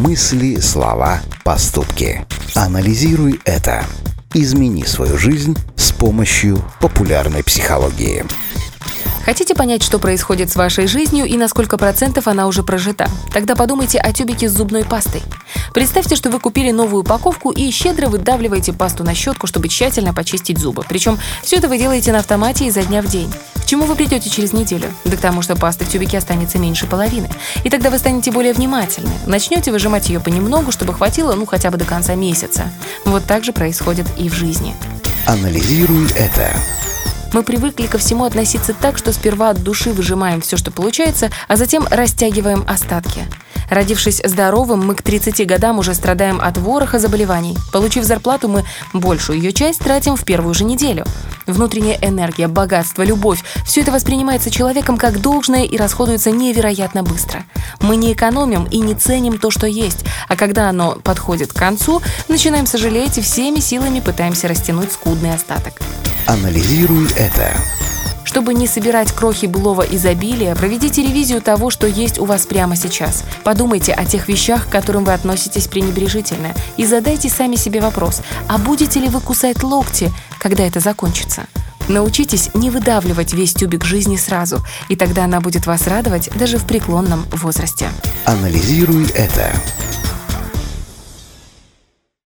Мысли, слова, поступки. Анализируй это. Измени свою жизнь с помощью популярной психологии. Хотите понять, что происходит с вашей жизнью и на сколько процентов она уже прожита? Тогда подумайте о тюбике с зубной пастой. Представьте, что вы купили новую упаковку и щедро выдавливаете пасту на щетку, чтобы тщательно почистить зубы. Причем все это вы делаете на автомате изо дня в день. К чему вы придете через неделю? Да к тому, что пасты в тюбике останется меньше половины. И тогда вы станете более внимательны. Начнете выжимать ее понемногу, чтобы хватило, хотя бы до конца месяца. Вот так же происходит и в жизни. Анализируй это. Мы привыкли ко всему относиться так, что сперва от души выжимаем все, что получается, а затем растягиваем остатки. Родившись здоровым, мы к 30 годам уже страдаем от вороха заболеваний. Получив зарплату, мы большую ее часть тратим в первую же неделю. Внутренняя энергия, богатство, любовь – все это воспринимается человеком как должное и расходуется невероятно быстро. Мы не экономим и не ценим то, что есть, а когда оно подходит к концу, начинаем сожалеть и всеми силами пытаемся растянуть скудный остаток. Анализируй это. Чтобы не собирать крохи былого изобилия, проведите ревизию того, что есть у вас прямо сейчас. Подумайте о тех вещах, к которым вы относитесь пренебрежительно, и задайте сами себе вопрос: а будете ли вы кусать локти, когда это закончится? Научитесь не выдавливать весь тюбик жизни сразу, и тогда она будет вас радовать даже в преклонном возрасте. Анализируй это.